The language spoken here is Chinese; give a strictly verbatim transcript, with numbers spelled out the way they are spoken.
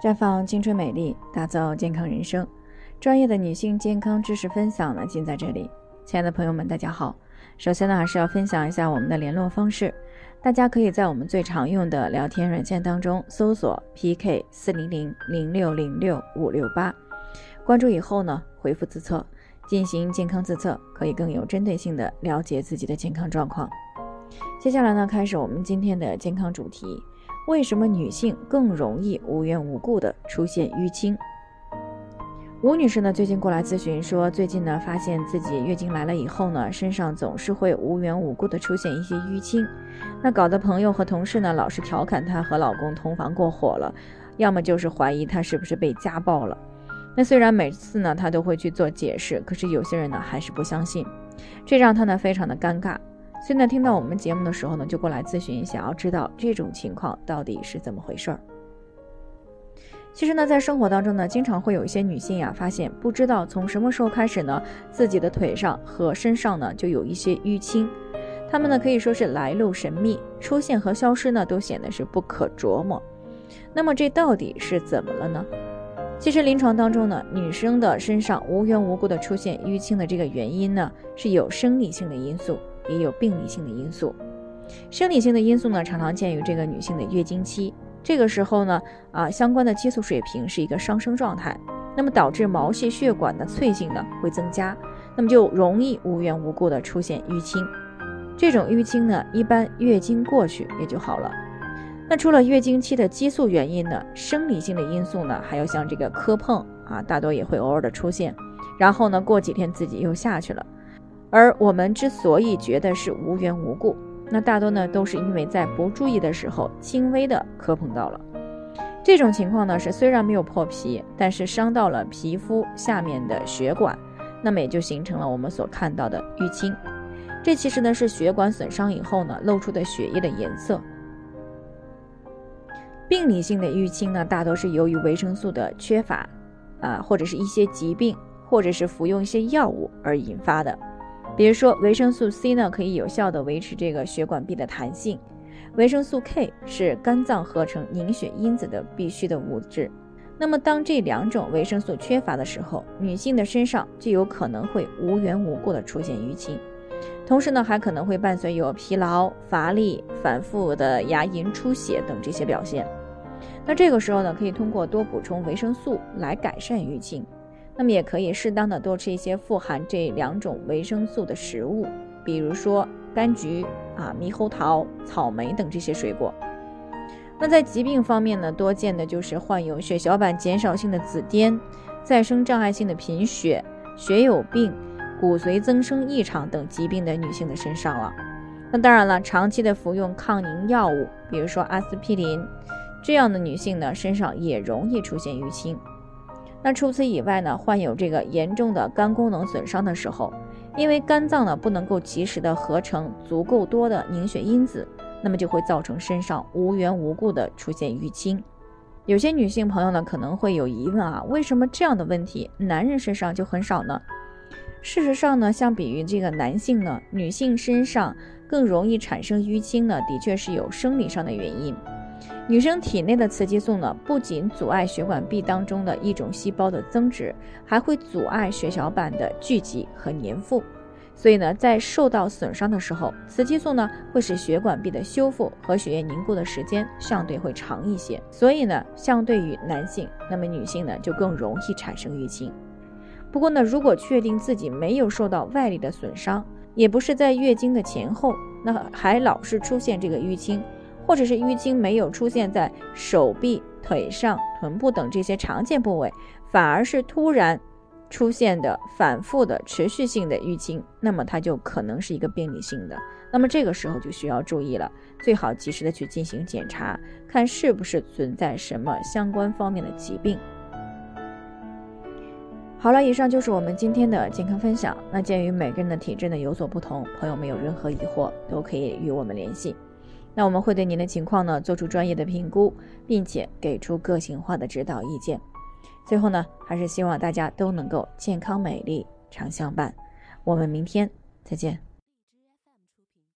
绽放青春美丽，打造健康人生。专业的女性健康知识分享呢，尽在这里。亲爱的朋友们，大家好。首先呢，还是要分享一下我们的联络方式。大家可以在我们最常用的聊天软件当中搜索 P K 四零零零六零六五六八，关注以后呢，回复自测，进行健康自测，可以更有针对性的了解自己的健康状况。接下来呢，开始我们今天的健康主题。为什么女性更容易无缘无故的出现淤青？吴女士呢最近过来咨询说，最近呢发现自己月经来了以后呢，身上总是会无缘无故的出现一些淤青，那搞得朋友和同事呢老是调侃她和老公同房过火了，要么就是怀疑她是不是被家暴了。那虽然每次呢她都会去做解释，可是有些人呢还是不相信，这让她呢非常的尴尬。所以呢，听到我们节目的时候呢，就过来咨询，想要知道这种情况到底是怎么回事儿。其实呢，在生活当中呢，经常会有一些女性呀，发现不知道从什么时候开始呢，自己的腿上和身上呢就有一些淤青，她们呢可以说是来路神秘，出现和消失呢都显得是不可琢磨。那么这到底是怎么了呢？其实临床当中呢，女生的身上无缘无故的出现淤青的这个原因呢，是有生理性的因素，也有病理性的因素。生理性的因素呢，常常见于这个女性的月经期，这个时候呢，啊，相关的激素水平是一个上升状态，那么导致毛细血管的脆性呢会增加，那么就容易无缘无故的出现淤青。这种淤青呢，一般月经过去也就好了。那除了月经期的激素原因呢，生理性的因素呢，还有像这个磕碰啊，大多也会偶尔的出现，然后呢，过几天自己又下去了。而我们之所以觉得是无缘无故，那大多呢都是因为在不注意的时候轻微的磕碰到了。这种情况呢是虽然没有破皮，但是伤到了皮肤下面的血管，那么也就形成了我们所看到的淤青。这其实呢是血管损伤以后呢露出的血液的颜色。病理性的淤青呢，大多是由于维生素的缺乏啊，或者是一些疾病，或者是服用一些药物而引发的。比如说维生素 C 呢，可以有效的维持这个血管壁的弹性。维生素 K 是肝脏合成凝血因子的必须的物质。那么当这两种维生素缺乏的时候，女性的身上就有可能会无缘无故的出现淤青。同时呢，还可能会伴随有疲劳、乏力、反复的牙龈出血等这些表现。那这个时候呢，可以通过多补充维生素来改善淤青。那么也可以适当的多吃一些富含这两种维生素的食物，比如说柑橘啊、猕猴桃、草莓等这些水果。那在疾病方面呢，多见的就是患有血小板减少性的紫癜、再生障碍性的贫血、血友病、骨髓增生异常等疾病的女性的身上了。那当然了，长期的服用抗凝药物，比如说阿司匹林，这样的女性呢，身上也容易出现淤青。那除此以外呢，患有这个严重的肝功能损伤的时候，因为肝脏呢不能够及时的合成足够多的凝血因子，那么就会造成身上无缘无故的出现淤青。有些女性朋友呢可能会有疑问啊，为什么这样的问题男人身上就很少呢？事实上呢，相比于这个男性呢，女性身上更容易产生淤青呢，的确是有生理上的原因。女生体内的雌激素呢，不仅阻碍血管壁当中的一种细胞的增殖，还会阻碍血小板的聚集和粘附。所以呢，在受到损伤的时候，雌激素呢会使血管壁的修复和血液凝固的时间相对会长一些。所以呢，相对于男性，那么女性呢就更容易产生淤青。不过呢，如果确定自己没有受到外力的损伤，也不是在月经的前后，那还老是出现这个淤青，或者是淤青没有出现在手臂、腿上、臀部等这些常见部位，反而是突然出现的反复的持续性的淤青，那么它就可能是一个病理性的。那么这个时候就需要注意了，最好及时的去进行检查，看是不是存在什么相关方面的疾病。好了，以上就是我们今天的健康分享。那鉴于每个人的体质呢有所不同，朋友们有任何疑惑都可以与我们联系。那我们会对您的情况呢做出专业的评估，并且给出个性化的指导意见。最后呢，还是希望大家都能够健康美丽常相伴。我们明天再见。